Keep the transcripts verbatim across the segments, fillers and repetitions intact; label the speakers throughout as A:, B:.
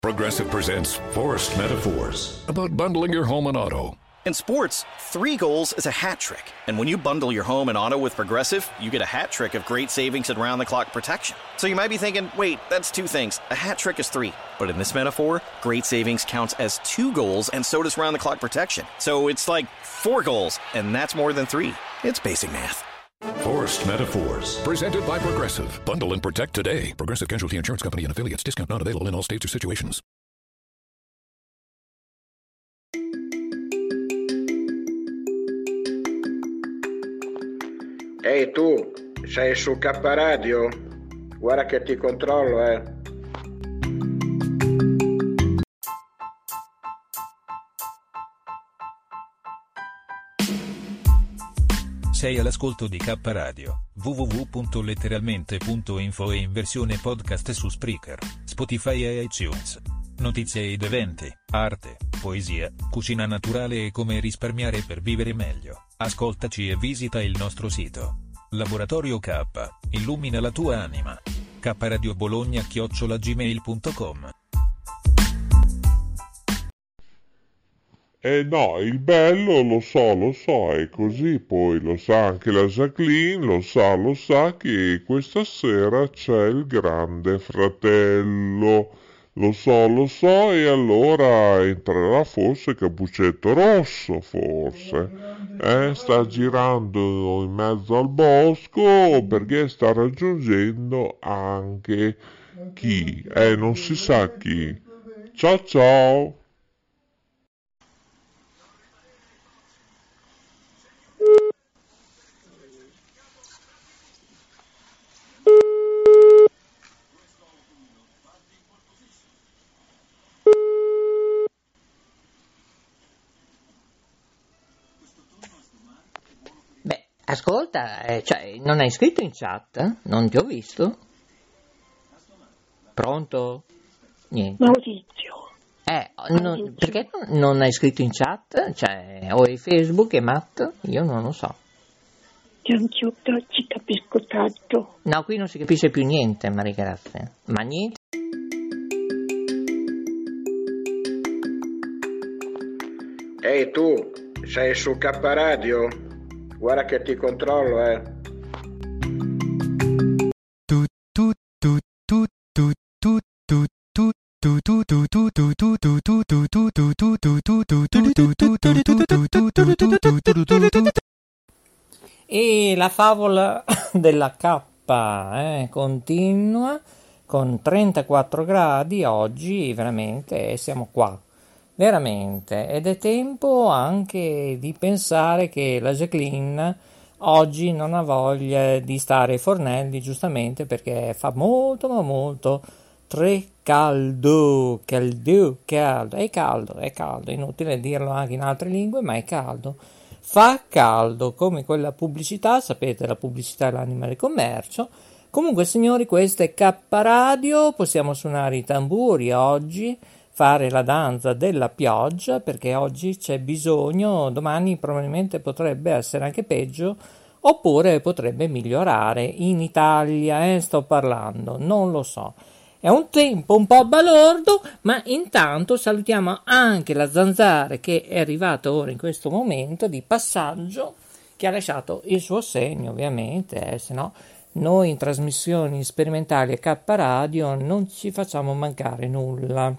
A: Progressive presents Forced Metaphors about bundling your home and auto.
B: In sports, three goals is a hat trick. And when you bundle your home and auto with Progressive, you get a hat trick of great savings and round-the-clock protection. So you might be thinking, wait, that's two things. A hat trick is three. But in this metaphor, great savings counts as two goals, and so does round-the-clock protection. So it's like four goals, and that's more than three. It's basic math.
A: Forced Metaphors, presented by Progressive. Bundle and protect today. Progressive Casualty Insurance Company and affiliates. Discount not available in all states or situations.
C: Ehi tu, sei su K Radio? Guarda che ti controllo, eh.
D: Sei all'ascolto di K Radio, w w w punto letteralmente punto info e in versione podcast su Spreaker, Spotify e iTunes. Notizie ed eventi, arte, poesia, cucina naturale e come risparmiare per vivere meglio. Ascoltaci e visita il nostro sito. Laboratorio K, illumina la tua anima. K Radio Bologna chiocciola gmail punto com.
E: Eh no, il bello lo so, lo so, è così, poi lo sa anche la Jacqueline, lo sa, lo sa che questa sera c'è il Grande Fratello, lo so, lo so, e allora entrerà forse Cappuccetto Rosso, forse, eh, sta girando in mezzo al bosco perché sta raggiungendo anche chi, eh, non si sa chi. Ciao ciao!
F: Ascolta, eh, cioè, non hai scritto in chat? Non ti ho visto? Pronto? Niente.
G: Maurizio.
F: Eh, non, perché non hai scritto in chat? Cioè, o hai Facebook e Matt? Io non lo so.
G: Anch'io ci capisco tanto.
F: No, qui non si capisce più niente, Maria Grazia. Ma niente.
C: Ehi tu, sei su K Radio? Guarda che ti controllo, eh.
F: E la favola della K eh, continua con trentaquattro gradi oggi, veramente siamo qua. Veramente, ed è tempo anche di pensare che la Jacqueline oggi non ha voglia di stare ai fornelli, giustamente perché fa molto ma molto tre caldo, caldo, caldo, è caldo, è caldo, è inutile dirlo anche in altre lingue, ma è caldo, fa caldo come quella pubblicità, sapete, la pubblicità è l'anima del commercio. Comunque signori, questa è K Radio, possiamo suonare i tamburi oggi, fare la danza della pioggia perché oggi c'è bisogno, domani probabilmente potrebbe essere anche peggio oppure potrebbe migliorare in Italia, eh, sto parlando, non lo so. È un tempo un po' balordo, ma intanto salutiamo anche la Zanzara che è arrivata ora in questo momento di passaggio, che ha lasciato il suo segno ovviamente, eh, se no noi in trasmissioni sperimentali a K Radio non ci facciamo mancare nulla.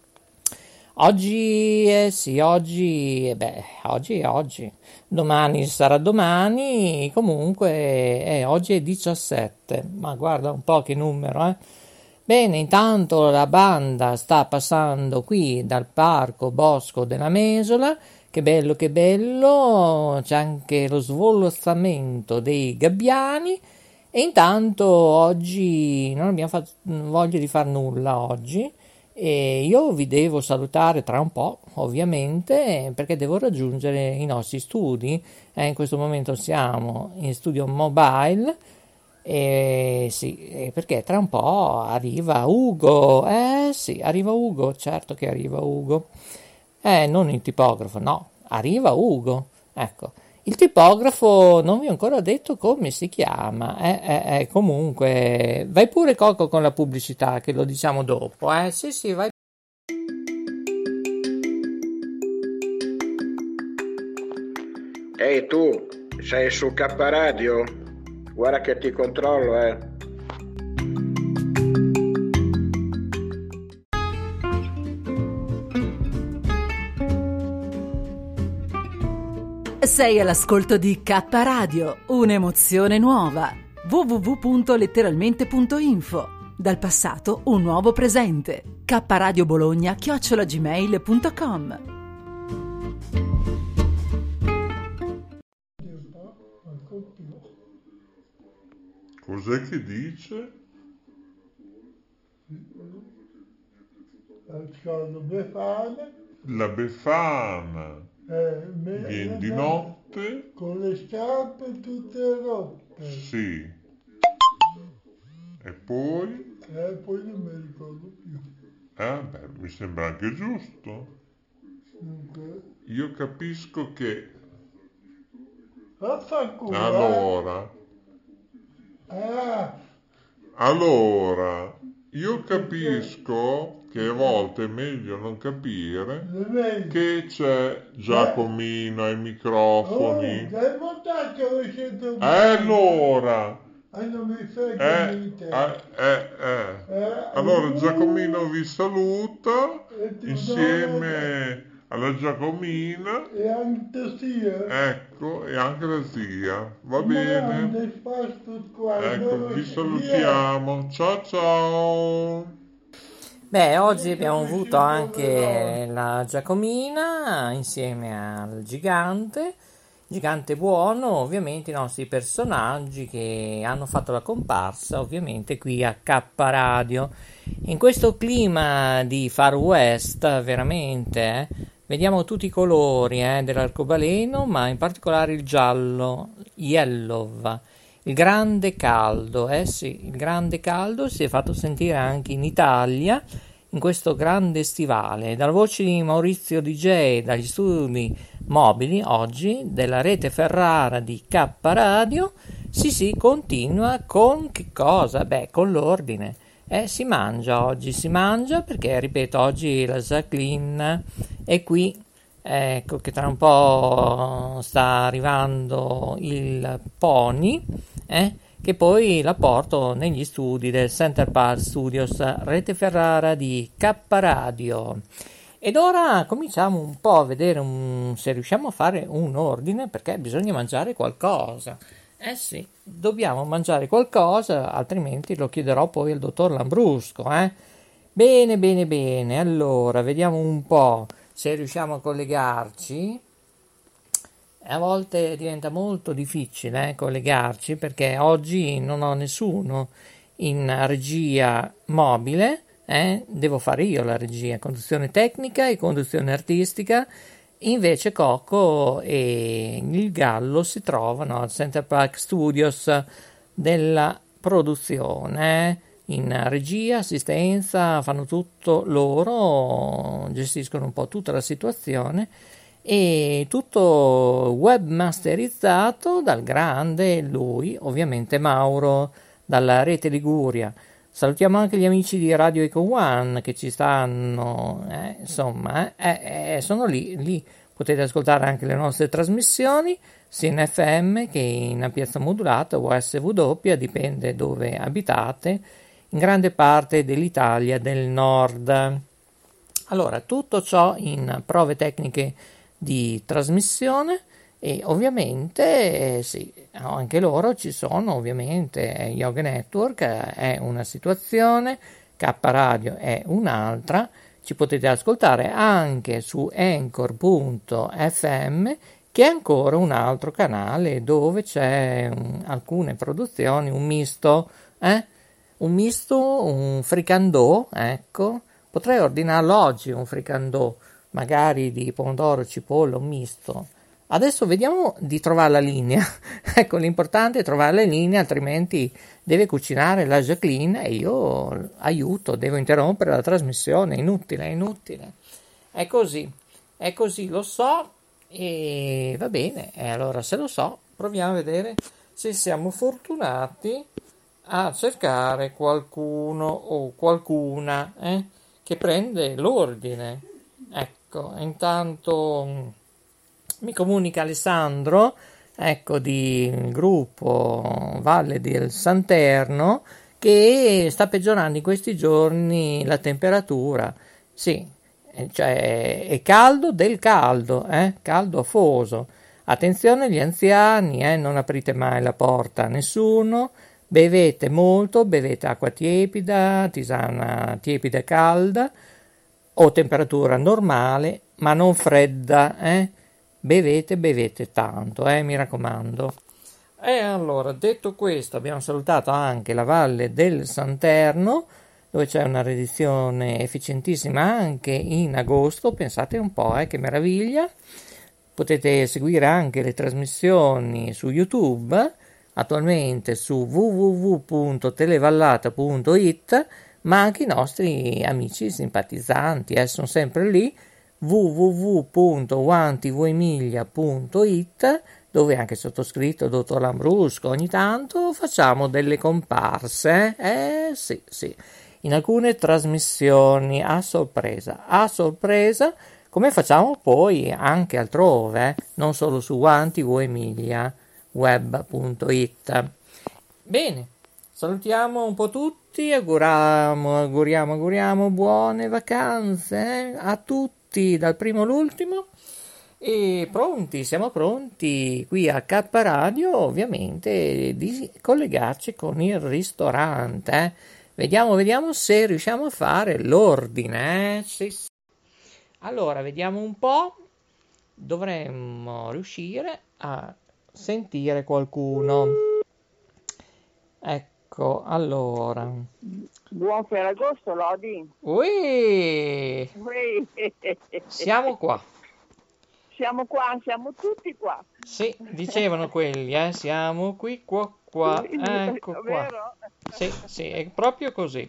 F: Oggi, eh sì, oggi, eh beh, oggi è oggi, domani sarà domani, comunque, eh, oggi è diciassette, ma guarda un po' che numero, eh. Bene, intanto la banda sta passando qui dal parco Bosco della Mesola, che bello, che bello, c'è anche lo svolazzamento dei gabbiani, e intanto oggi non abbiamo fatto voglia di far nulla oggi. E io vi devo salutare tra un po', ovviamente, perché devo raggiungere i nostri studi. Eh, in questo momento siamo in studio mobile, e sì, perché tra un po' arriva Ugo. Eh sì, arriva Ugo, certo che arriva Ugo. Eh, non il tipografo, no, arriva Ugo. Ecco, il tipografo non vi ho ancora detto come si chiama, eh, eh, eh, comunque vai pure Coco con la pubblicità che lo diciamo dopo, eh, sì sì vai.
C: Ehi tu, sei su K Radio? Guarda che ti controllo, eh.
H: Sei all'ascolto di K Radio, un'emozione nuova. w w w punto letteralmente punto info. Dal passato un nuovo presente. kradio bologna chiocciola gmail punto com.
E: Cos'è che dice? La Befana.
I: Eh,
E: Viene di notte.
I: Con le scarpe tutte rotte.
E: Sì. E poi?
I: E eh, poi non mi ricordo più.
E: Eh, beh, mi sembra anche giusto.
I: Dunque.
E: Io capisco che...
I: Vaffanculo.
E: Allora...
I: Ah.
E: Allora, io capisco che a volte è meglio non capire che c'è Giacomino ai microfoni.
I: Oh,
E: e allora...
I: Ah, non mi frega
E: eh,
I: niente.
E: Eh, eh, eh. Eh, allora Giacomino vi saluta insieme alla Giacomina
I: e anche la zia.
E: Ecco, e anche la zia. Va bene.
I: Qua,
E: ecco, vi salutiamo. Ciao ciao.
F: Beh, oggi abbiamo avuto anche la Giacomina insieme al gigante. Gigante buono, ovviamente i nostri personaggi che hanno fatto la comparsa ovviamente qui a K Radio. In questo clima di Far West veramente eh, vediamo tutti i colori eh, dell'arcobaleno, ma in particolare il giallo, yellow, il grande caldo, eh sì, il grande caldo si è fatto sentire anche in Italia in questo grande stivale. Dalla voce di Maurizio D J, dagli studi mobili oggi della rete Ferrara di K Radio, si si continua con che cosa? Beh, con l'ordine. Eh, si mangia oggi, si mangia perché, ripeto, oggi la Jacqueline è qui, ecco che tra un po' sta arrivando il pony, eh, che poi la porto negli studi del Center Park Studios Rete Ferrara di K Radio. Ed ora cominciamo un po' a vedere un, se riusciamo a fare un ordine, perché bisogna mangiare qualcosa. Eh sì, dobbiamo mangiare qualcosa, altrimenti lo chiederò poi al dottor Lambrusco, eh? Bene, bene, bene. Allora, vediamo un po' se riusciamo a collegarci. A volte diventa molto difficile eh, collegarci, perché oggi non ho nessuno in regia mobile. Eh, devo fare io la regia, conduzione tecnica e conduzione artistica. Invece Coco e il Gallo si trovano al Center Park Studios della produzione, in regia, assistenza, fanno tutto loro, gestiscono un po' tutta la situazione e tutto webmasterizzato dal grande lui, ovviamente Mauro, dalla Rete Liguria. Salutiamo anche gli amici di Radio Eco One che ci stanno, eh, insomma, eh, eh, sono lì, lì. Potete ascoltare anche le nostre trasmissioni, sia in F M che in piazza modulata o S V W, dipende dove abitate, in grande parte dell'Italia del nord. Allora, tutto ciò in prove tecniche di trasmissione. E ovviamente, eh, sì, anche loro ci sono, ovviamente, Yoga Network è una situazione, K Radio è un'altra, ci potete ascoltare anche su anchor punto f m, che è ancora un altro canale dove c'è um, alcune produzioni, un misto, eh? un misto, un fricandò, ecco, potrei ordinarlo oggi un fricandò, magari di pomodoro, cipolla, un misto. Adesso vediamo di trovare la linea. Ecco, l'importante è trovare la linea, altrimenti deve cucinare la Jacqueline e io aiuto, devo interrompere la trasmissione, è inutile, è inutile. È così, è così, lo so e va bene. E allora se lo so, proviamo a vedere se siamo fortunati a cercare qualcuno o qualcuna eh, che prende l'ordine. Ecco, intanto mi comunica Alessandro, ecco, di gruppo Valle del Santerno, che sta peggiorando in questi giorni la temperatura. Sì, cioè è caldo del caldo, eh? Caldo afoso. Attenzione gli anziani, eh? Non aprite mai la porta a nessuno, bevete molto, bevete acqua tiepida, tisana tiepida e calda, o temperatura normale, ma non fredda, eh? Bevete, bevete tanto, eh? Mi raccomando. E allora, detto questo, abbiamo salutato anche la Valle del Santerno, dove c'è una riedizione efficientissima anche in agosto, pensate un po', eh, che meraviglia. Potete seguire anche le trasmissioni su YouTube, attualmente su w w w punto televallata punto it, ma anche i nostri amici simpatizzanti, eh, sono sempre lì, w w w punto one t v emilia punto it, dove anche sottoscritto dottor Lambrusco ogni tanto facciamo delle comparse, eh sì sì, in alcune trasmissioni a sorpresa, a sorpresa, come facciamo poi anche altrove, eh? Non solo su one t v emilia web punto it. Bene, salutiamo un po' tutti, auguriamo, auguriamo, auguriamo buone vacanze, eh? A tutti, dal primo all'ultimo. E pronti, siamo pronti qui a K Radio, ovviamente, di collegarci con il ristorante, eh? Vediamo, vediamo se riusciamo a fare l'ordine, eh? Sì, sì. Allora, vediamo un po', dovremmo riuscire a sentire qualcuno. Ecco, allora.
J: Buon Ferragosto, Lodi.
F: Ui!
J: Ui.
F: Siamo qua.
J: Siamo qua, siamo tutti qua.
F: Sì, dicevano quelli, eh, siamo qui, qua, qua, ecco qua.
J: Vero?
F: Sì, sì, è proprio così.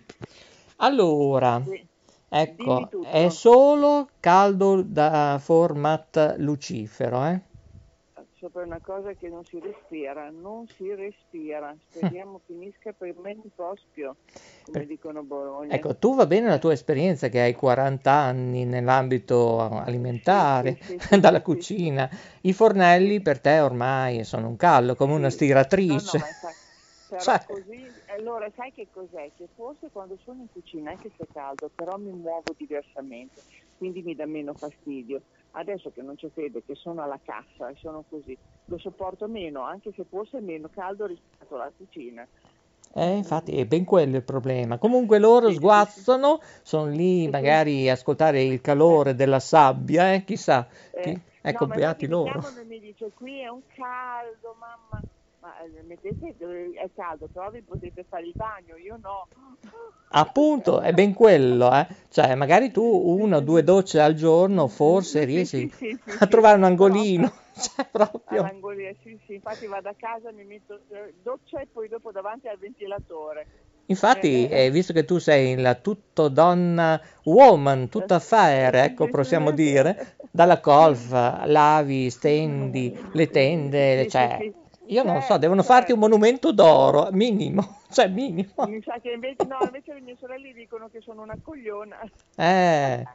F: Allora,
J: Sì.
F: ecco, è solo caldo da format lucifero, eh?
J: Sopra una cosa che non si respira, non si respira. Speriamo finisca per me il prospio, come
F: Per-
J: dicono a Bologna.
F: Ecco, tu va bene la tua esperienza che hai quaranta anni nell'ambito alimentare,
J: Sì, sì, sì,
F: dalla
J: sì,
F: cucina. I fornelli per te ormai sono un callo, come una
J: Sì.
F: stiratrice.
J: No, no, ma sai, però
F: Cioè-
J: così, allora sai che cos'è? Che forse quando sono in cucina, anche se è caldo, però mi muovo diversamente, quindi mi dà meno fastidio. Adesso che non c'è fede, che sono alla cassa e sono così, lo sopporto meno, anche se fosse meno caldo rispetto alla cucina.
F: Eh, infatti è ben quello il problema. Comunque loro sguazzano, sono lì magari a ascoltare il calore della sabbia, eh, chissà. Chi-
J: Eh,
F: Ecco,
J: no, ma
F: beati
J: infatti mi
F: loro.
J: chiamano e mi dice qui è un caldo, mamma. Ma eh, mettete, è caldo, però vi potete fare il bagno, io no.
F: Appunto, è ben quello, eh. Cioè, magari tu una o due docce al giorno forse
J: Sì,
F: riesci
J: sì, sì, sì,
F: a trovare un
J: sì.
F: angolino. Cioè, proprio.
J: All'angolino, sì, sì, infatti vado a casa, mi metto eh, doccia e poi dopo davanti al ventilatore.
F: Infatti,
J: Eh,
F: eh, visto che tu sei la tutto donna woman, tutta fire, ecco, possiamo dire, dalla golf, lavi, stendi, le tende, cioè, io non so, devono farti un monumento d'oro, minimo, cioè minimo.
J: Mi sa che invece, no, invece le mie sorelle dicono che sono una cogliona.
F: Eh,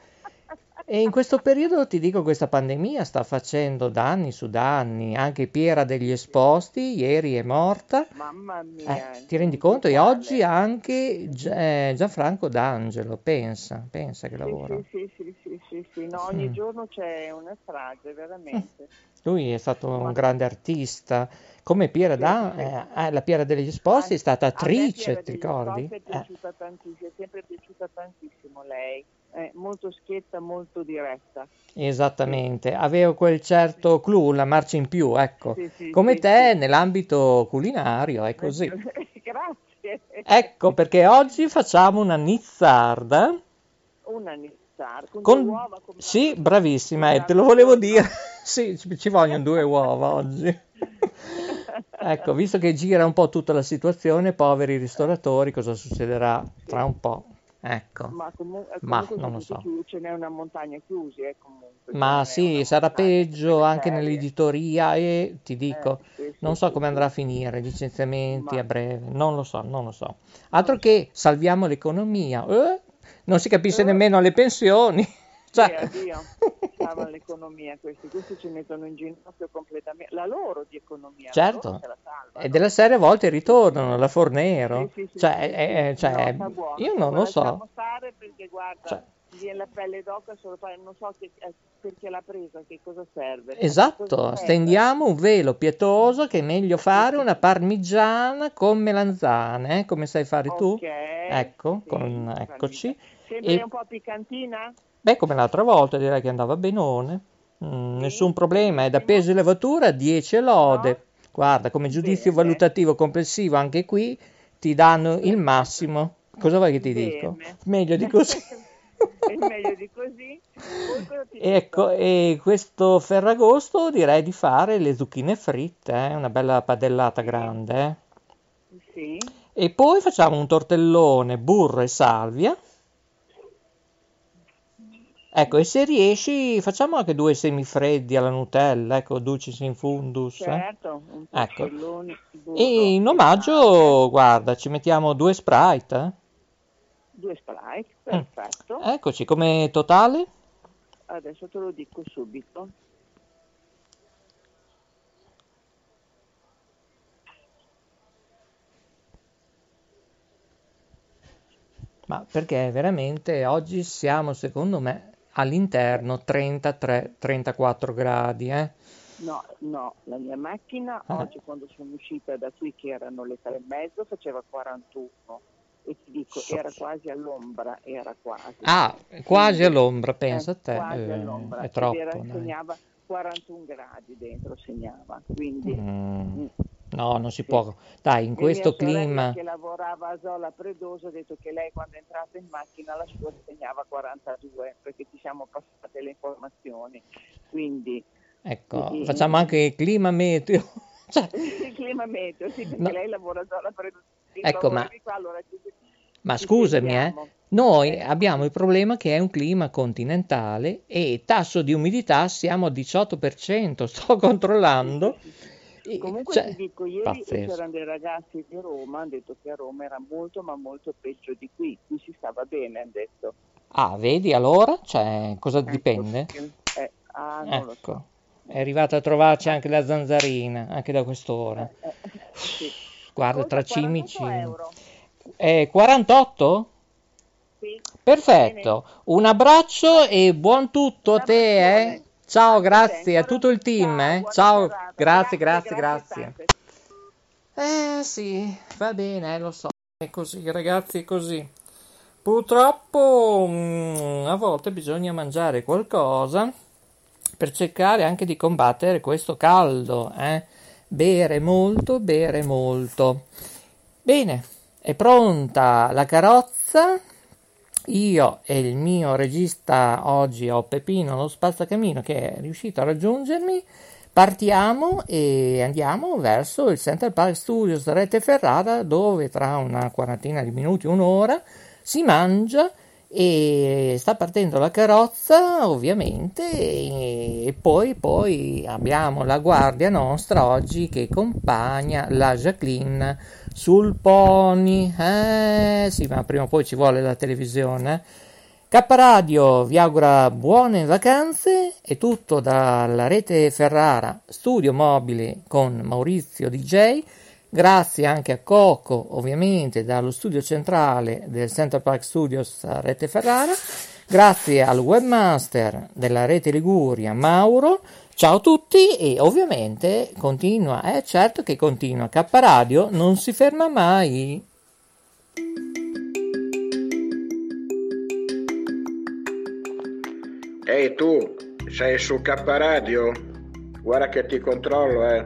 F: e in questo periodo ti dico, questa pandemia sta facendo danni su danni, anche Piera degli Esposti, ieri è morta.
J: Mamma mia.
F: Eh, ti rendi conto? E oggi anche Gi- eh, Gianfranco D'Angelo, pensa, pensa che lavora.
J: Sì, sì, sì, sì, sì, sì, no, ogni
F: Mm.
J: giorno c'è una strage, veramente.
F: Lui è stato un grande artista, come Piera da, eh, eh, la Piera degli Esposti è stata
J: A me
F: attrice,
J: Piera
F: ti
J: degli
F: ricordi?
J: Sposi è
F: Eh,
J: piaciuta tantissimo, è sempre piaciuta tantissimo lei, è molto schietta, molto diretta.
F: esattamente, aveva quel certo clou, la marcia in più, ecco.
J: Sì, sì,
F: Come
J: sì,
F: te nell'ambito culinario, è così.
J: Grazie.
F: Ecco perché oggi facciamo una nizzarda.
J: Una nizzar, con,
F: Con...
J: due uova, come
F: Sì, bravissima, eh, te lo volevo dire. Sì, ci ci vogliono due uova oggi. Ecco, visto che gira un po' tutta la situazione, poveri ristoratori, cosa succederà tra un po'? Ecco,
J: Ma comu-
F: ma
J: comunque
F: non lo
J: sono
F: so.
J: tutti chiusi, ce n'è una montagna chiusi, eh, comunque.
F: Ma sì, sarà peggio anche nell'editoria e ti dico,
J: Eh, sì,
F: non
J: sì,
F: so
J: sì,
F: come
J: sì.
F: andrà a finire, licenziamenti
J: Ma-
F: a breve, non lo so, non lo so. Altro che salviamo l'economia, eh? Non si capisce
J: Eh.
F: nemmeno alle pensioni.
J: Sì,
F: Cioè...
J: addio. Ciao. salvano l'economia questi, questi ci mettono in ginocchio completamente, la loro di economia,
F: Certo,
J: la loro se la salvano.
F: e della serie a volte ritornano, la Fornero,
J: Sì, sì, sì,
F: cioè,
J: sì, sì,
F: eh,
J: sì.
F: cioè,
J: No, sta buono.
F: io non lo so.
J: Lasciamo stare perché guarda,
F: Cioè.
J: viene la pelle d'oca solo fare, non so che, eh, perché l'ha presa, che cosa serve.
F: Esatto,
J: Cosa serve?
F: stendiamo un velo pietoso che è meglio fare una parmigiana con melanzane, eh, come sai fare tu?
J: Ok,
F: Ecco,
J: sì,
F: con, eccoci.
J: sempre
F: E,
J: un po' piccantina?
F: beh, come l'altra volta direi che andava benone. Mm, nessun problema, è da peso e levatura dieci lode. Guarda, come giudizio
J: Bene.
F: valutativo complessivo anche qui ti danno il massimo. Cosa vuoi che ti dico?
J: Bene.
F: Meglio di così.
J: È meglio di così. Poi cosa ti
F: Ecco, e questo Ferragosto direi di fare le zucchine fritte, eh, una bella padellata grande. eh.
J: dico? Sì.
F: E poi facciamo un tortellone, burro e salvia. Ecco, e se riesci facciamo anche due semifreddi alla Nutella, ecco, Dulcis in Fundus. eh.
J: Certo, un
F: Ecco.
J: tortellone, burro
F: E in
J: e
F: omaggio, guarda, ci mettiamo due Sprite. eh.
J: due Sprite, perfetto.
F: Eccoci, come totale?
J: Adesso te lo dico subito.
F: Ma perché veramente oggi siamo, secondo me, all'interno trentatré trentaquattro gradi, eh?
J: No, no, la mia macchina
F: Ah.
J: oggi quando sono uscita da qui, che erano le tre e mezzo, faceva quarantuno. E ti dico, era quasi all'ombra, era quasi.
F: Ah, quasi all'ombra, pensa a te.
J: Quasi
F: eh,
J: all'ombra.
F: è
J: Ed
F: troppo,
J: era-
F: dai.
J: segnava quarantuno gradi dentro, segnava. Quindi
F: Mm,
J: mm.
F: no, non si può. Dai, in
J: E
F: questo
J: mia sorella
F: clima...
J: che lavorava a Zola Predoso ha detto che lei quando è entrata in macchina la sua segnava quarantadue, perché ci siamo passate le informazioni. Quindi
F: Ecco,
J: i- i-
F: facciamo anche il clima meteo. Cioè,
J: il clima meteo, sì, perché
F: No.
J: lei lavora a Zola Predoso.
F: Ecco, ma-
J: Qua, allora ci-
F: Ma
J: ci
F: scusami, eh,
J: sentiamo.
F: noi
J: Eh.
F: abbiamo il problema che è un clima continentale e tasso di umidità siamo al diciotto per cento, sto controllando. E-
J: Comunque
F: cioè,
J: ti dico, ieri
F: pazzesco.
J: c'erano dei ragazzi di Roma, hanno detto che a Roma era molto ma molto peggio di qui, qui si stava bene, hanno detto.
F: Ah, vedi allora? Cioè, cosa dipende?
J: Eh, ah, non lo so.
F: Ecco, è arrivata a trovarci anche la zanzarina, anche da quest'ora.
J: Eh, sì.
F: Guarda,
J: Ascolta,
F: tra cimici...
J: quarantotto euro.
F: Eh, quarantotto?
J: Sì.
F: Perfetto, un abbraccio e buon tutto a te, eh? Ciao, grazie a tutto il team, eh? Ciao, grazie, grazie, grazie. Eh sì, va bene, lo so. È così, ragazzi, è così. Purtroppo mm, a volte bisogna mangiare qualcosa per cercare anche di combattere questo caldo, eh? Bere molto, bere molto. Bene, è pronta la carrozza. Io e il mio regista oggi ho Peppino lo spazzacamino che è riuscito a raggiungermi. Partiamo e andiamo verso il Central Park Studios Rete Ferrara, dove tra una quarantina di minuti, un'ora, si mangia e sta partendo la carrozza, ovviamente, e, e poi, poi abbiamo la guardia nostra oggi che accompagna la Jacqueline sul pony. Eh sì, ma prima o poi ci vuole la televisione. K Radio vi augura buone vacanze, è tutto dalla Rete Ferrara Studio Mobile con Maurizio D J. Grazie anche a Coco, ovviamente, dallo studio centrale del Central Park Studios a Rete Ferrara. Grazie al webmaster della Rete Liguria, Mauro. Ciao a tutti e ovviamente continua, è eh, certo che continua. K Radio non si ferma mai.
C: Ehi tu, sei su K Radio? Guarda che ti controllo, eh.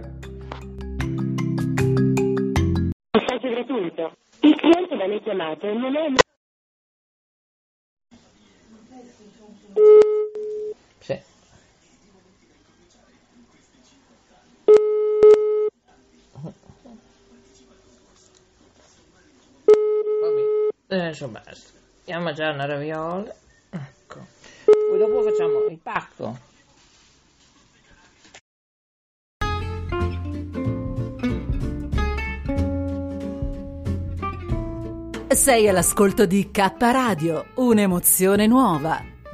K: Messaggio gratuito. Il cliente da lei chiamato non è...
F: Sì. Adesso basta. Andiamo a mangiare una raviola. Ecco. Poi dopo facciamo il pacco.
H: Sei all'ascolto di K Radio, un'emozione nuova.